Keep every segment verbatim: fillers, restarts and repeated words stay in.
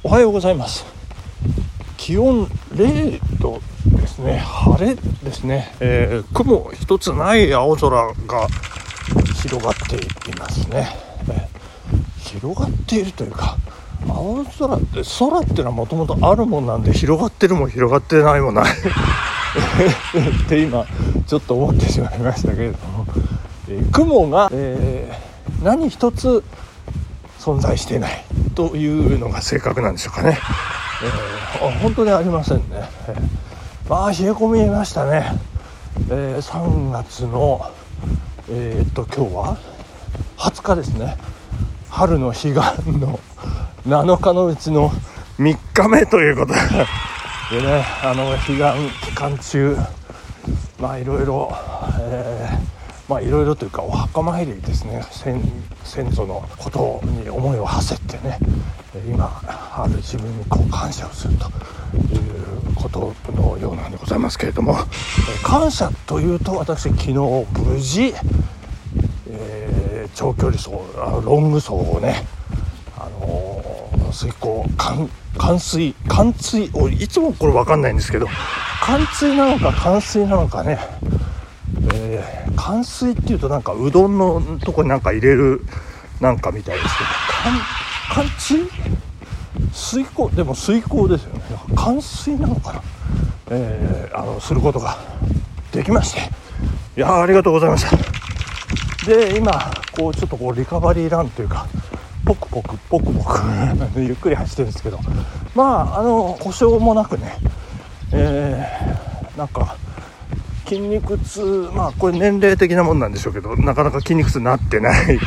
おはようございます。気温れいどですね。晴れですね、えー、雲一つない青空が広がっていますね、えー、広がっているというか、青空って空っていうのはもともとあるもんなんで、広がってるも広がってないもないって今ちょっと思ってしまいましたけれども、えー、雲が、えー、何一つ存在していないというのが正確なんでしょうかね。えー、本当にありませんね。えー、まあ冷え込みましたね。えー、さんがつのえー、っと今日ははつかですね。春の彼岸のなのかのうちのみっかめということでね、あの彼岸期間中、まあいろいろ、えーまあいろいろというかお墓参りですね、 先, 先祖のことに思いを馳せてね、今ある自分にこう感謝をするということのようなんでございますけれども、感謝というと、私昨日無事、えー、長距離走ロング走をね、あのー、水耕冠水冠水をいつもこれ分かんないんですけど、冠水なのか冠水なのかね、えー、冠水っていうとなんかうどんのとこになんか入れるなんかみたいですけど、冠水水耕でも水耕ですよね。冠水なのかな、えー、あのすることができまして、いやありがとうございました。で今こうちょっとこうリカバリーランというか、ポクポクポクポクゆっくり走ってるんですけど、まああの故障もなくね、えー、なんか筋肉痛、まあこれ年齢的なもんなんでしょうけど、なかなか筋肉痛になってない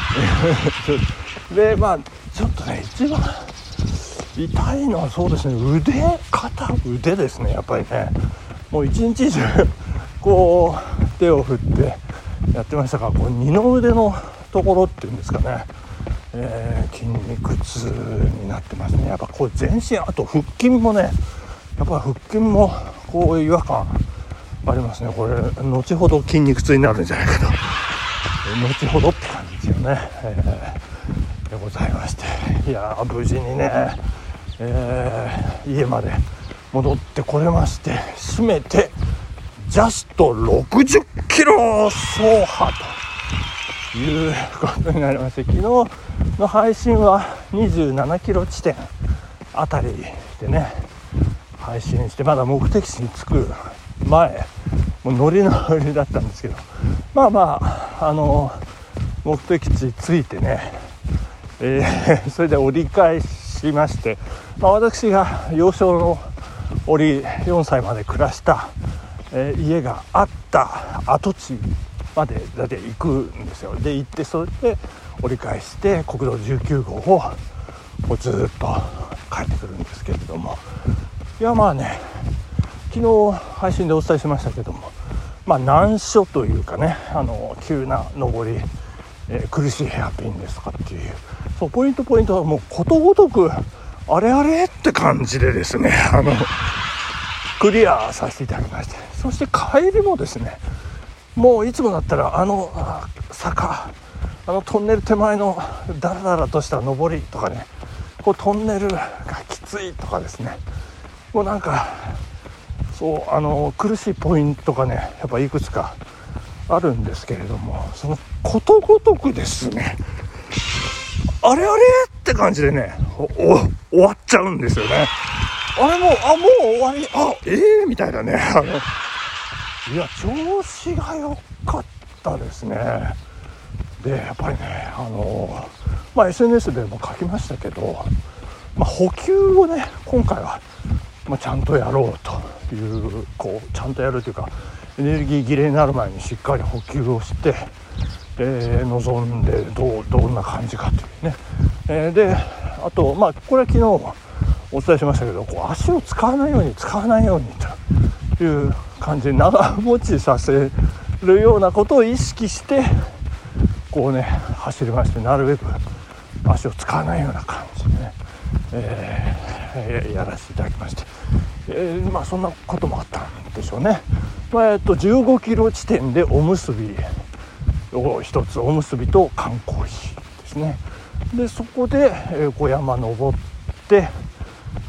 でまあちょっとね一番痛いのはそうですね、腕肩腕ですね。やっぱりね、もう一日中こう手を振ってやってましたから、こう二の腕のところっていうんですかね、えー、筋肉痛になってますね。やっぱこう全身、あと腹筋もね、やっぱ腹筋もこう違和感ありますね。これ後ほど筋肉痛になるんじゃないかと、後ほどって感じですよね、えー、でございまして、いや無事にね、えー、家まで戻ってこれまして、締めてジャストろくじゅっキロ走破ということになりまして、昨日の配信はにじゅうななキロ地点あたりでね配信して、まだ目的地に着く前、もうノリノリだったんですけど、まあまああの目的地着いてね、えー、それで折り返しまして、まあ、私が幼少の折よんさいまで暮らした、えー、家があった跡地までだって行くんですよ。で行って、それで折り返して国道じゅうきゅうごうをこうずっと帰ってくるんですけれども、いやまあね、昨日配信でお伝えしましたけども、まあ難所というかね、あの急な上り、えー、苦しいヘアピンですとかっていう、そうポイントポイントはもうことごとくあれあれって感じでですね、あのクリアさせていただきまして、そして帰りもですね、もういつもだったらあの坂、あのトンネル手前のダラダラとした上りとかね、こうトンネルがきついとかですね、もうなんかそうあの苦しいポイントがねやっぱいくつかあるんですけれども、そのことごとくですね、あれあれって感じでねおお終わっちゃうんですよね。あれもうあもう終わり、あええー、みたいなね、あのいや調子が良かったですね。でやっぱりね、あのまあ エスエヌエス でも書きましたけど、まあ、補給をね今回は、まあ、ちゃんとやろうという、こうちゃんとやるというか、エネルギー切れになる前にしっかり補給をして、えー、臨んでどうどんな感じかというね、えー、であとまあこれは昨日お伝えしましたけど、こう足を使わないように使わないようにという感じで長持ちさせるようなことを意識してこうね走りまして、なるべく足を使わないような感じでね、えー、やらせていただきまして、えー、まあそんなこともあったんでしょうね。まあ、えっとじゅうごキロ地点でおむすびを一つ、おむすびと缶コーヒーですね。でそこで、えー、こう山登って、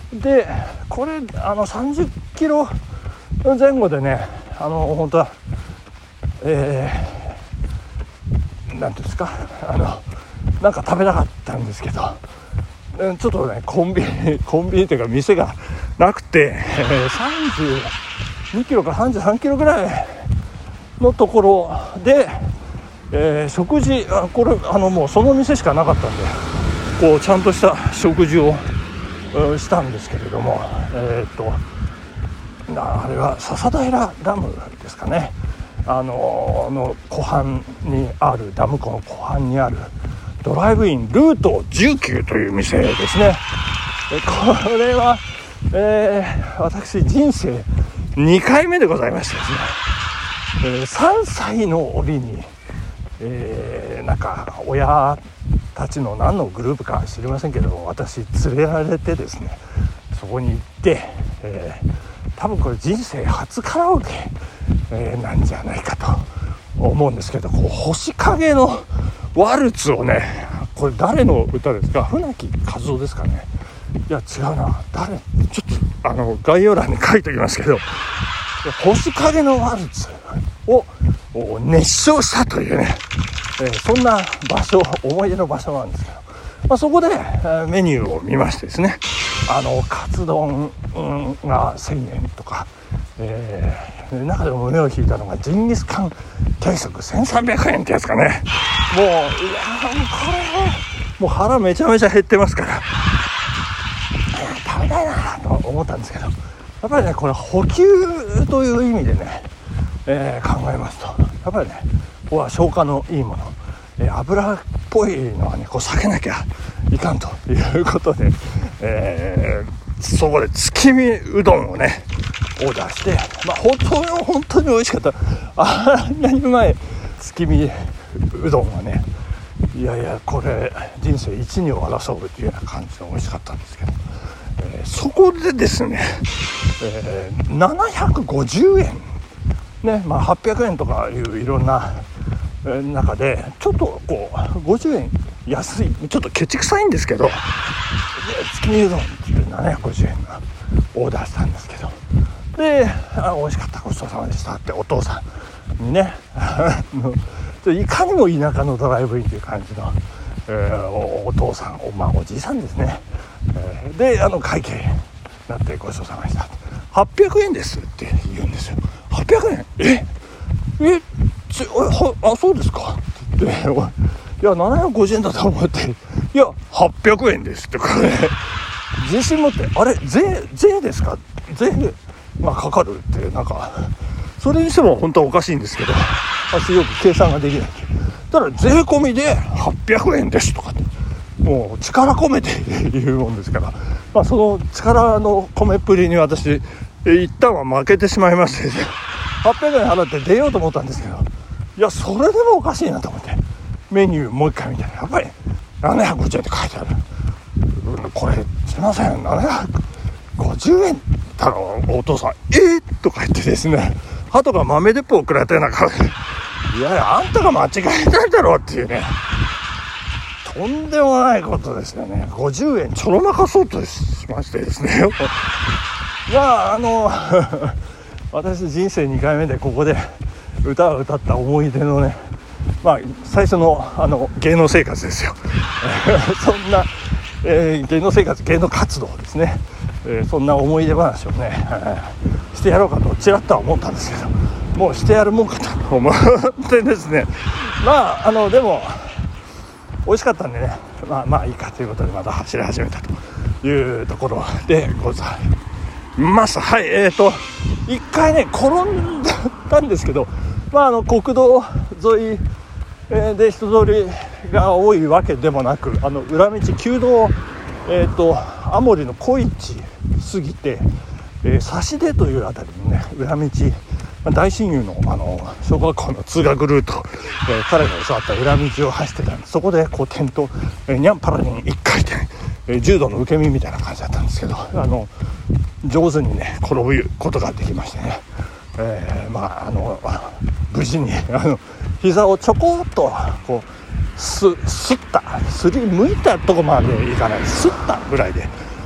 でこれあのさんじゅっキロ前後でね、あの本当はえー、なんていうんですか、あのなんか食べたかったんですけど、ちょっとねコンビニコンビニというか店がなくて、えー、さんじゅうにキロからさんじゅうさんキロぐらいのところで、えー、食事あこれあのもうその店しかなかったんで、こうちゃんとした食事をしたんですけれども、えー、っとあれは笹平ダムですかね、あのの湖畔にあるダム湖の湖畔にあるドライブインルートじゅうきゅうという店ですね。これは、えー、私人生にかいめでございましてですね、えー、さんさいの折に、えー、なんか親たちの何のグループか知りませんけど、私連れられてですね、そこに行って、えー、多分これ人生初カラオケ、えー、なんじゃないかと思うんですけど、こう星影のワルツをね、これ誰の歌ですか？船木和夫ですかね。いや違うな、誰、ちょっとあの概要欄に書いておきますけど、星影のワルツを熱唱したというね、えー、そんな場所、思い出の場所なんですけど、まあ、そこで、えー、メニューを見ましてですね、あのカツ丼、うん、がせんえんとか、えー、中でも目を引いたのがジンギスカン定食せんさんびゃくえんってやつかね。もういやもうこれもう腹めちゃめちゃ減ってますから、食べたいなと思ったんですけど、やっぱりねこれ補給という意味でね、えー、考えますと、やっぱりねここは消化のいいもの、えー、油っぽいのはねこう避けなきゃいかんということで、えー、そこで月見うどんをねオーダーして、まあ本当に本当に美味しかった。あんなにうまい月見うどんはね、いやいやこれ人生一二を争うというような感じで美味しかったんですけど、えー、そこでですね、えー、ななひゃくごじゅうえんね、まあはっぴゃくえんとかいういろんな中でちょっとこうごじゅうえん安い、ちょっとケチくさいんですけど、月見うどんっていうななひゃくごじゅうえんのオーダーしたんですけど、であ美味しかった、ごちそうさまでしたってお父さんにねいかにも田舎のドライブインという感じの、えー、お, お父さん お,、まあ、おじいさんですね、えー、であの会計になってごちそうさまでしたはっぴゃくえんですって言うんですよ。はっぴゃくえんええちはあそうですかって言って、いやななひゃくごじゅうえんだと思って、いやはっぴゃくえんですってこれ自信持って、あれ税税ですか、税がかかるってなんかそれにしても本当はおかしいんですけど、私よく計算ができない。ただ税込みではっぴゃくえんですとかってもう力込めて言うもんですから、まあ、その力の込めっぷりに私一旦は負けてしまいまして、はっぴゃくえん払って出ようと思ったんですけど、いやそれでもおかしいなと思ってメニューもう一回見たらやっぱりななひゃくごじゅうえんって書いてある、うん、これすいませんななひゃくごじゅうえんだろお父さんえー、とか言ってですね、鳩が豆鉄砲を食らったような顔で、いやいやあんたが間違えたんだろうっていうね、とんでもないことですよね。ごじゅうえんちょろまかそうとしましてですねまああの私人生にかいめでここで歌を歌った思い出のね、まあ最初のあの芸能生活ですよそんな、えー、芸能生活芸能活動ですね、えー、そんな思い出話をね、えー、してやろうかとちらっとは思ったんですけど、もうしてやるもんかと思ってですね、まああのでも美味しかったんでね、まあまあいいかということでまた走り始めたというところでございます。はい、えーと一回ね転んだんですけど、まああの国道沿いで人通りが多いわけでもなく、あの裏道旧道、えーと青森の小市過ぎて、えー、指出というあたりのね裏道、大親友の、あの小学校の通学ルート、えー、彼が教わった裏道を走ってたんで、そこでこう転倒、えー、ニャンパラにいっかい転、えー、柔道の受け身みたいな感じだったんですけど、あの上手にね転ぶことができましてね、えー、まああの無事にあの膝をちょこっとこうすすったすりむいたとこまでいかない、すったぐらいで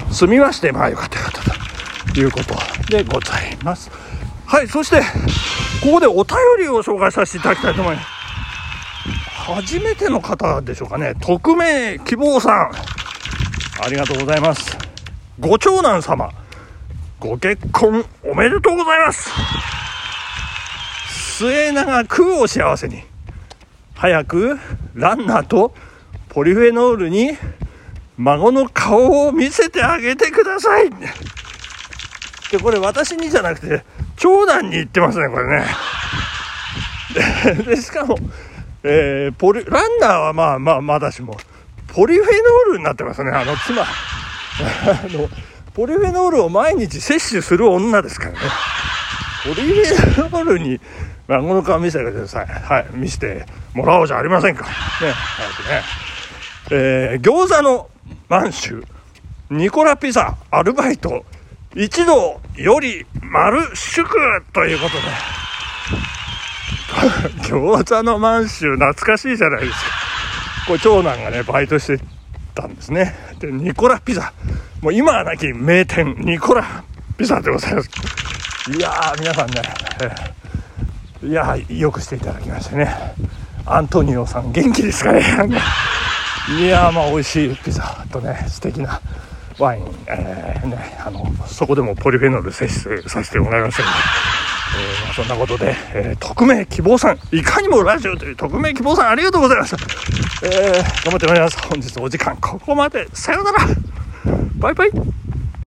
済みまして、まあよかったよかったということでございます。はい、そしてここでお便りを紹介させていただきたいと思います。初めての方でしょうかね。匿名希望さん、ありがとうございます。ご長男様、ご結婚おめでとうございます。末永くお幸せに。早くランナーとポリフェノールに孫の顔を見せてあげてください。でこれ私にじゃなくて長男に言ってますね、これね。で, でしかも、えー、ポリランナーはまあまあまだしもポリフェノールになってますね。あの妻あのポリフェノールを毎日摂取する女ですからね。ポリフェノールに孫の顔見せてください。はい、見せてもらおうじゃありませんかね。早くね、えー、餃子の満州ニコラピザアルバイト一度より丸祝ということで餃子の満州懐かしいじゃないですか。これ長男がねバイトしてたんですね。でニコラピザ、もう今はなき名店ニコラピザでございます。いやー皆さんね、えー、いやーよくしていただきましてね。アントニオさん元気ですかね。いやーまあ美味しいピザとね素敵なワイン、えーね、あのそこでもポリフェノール摂取させてもらいましたので、えーまあ、そんなことで、えー、匿名希望さん、いかにもラジオという匿名希望さんありがとうございました。えー、頑張ってまいります。本日お時間ここまで。さようなら、バイバイ。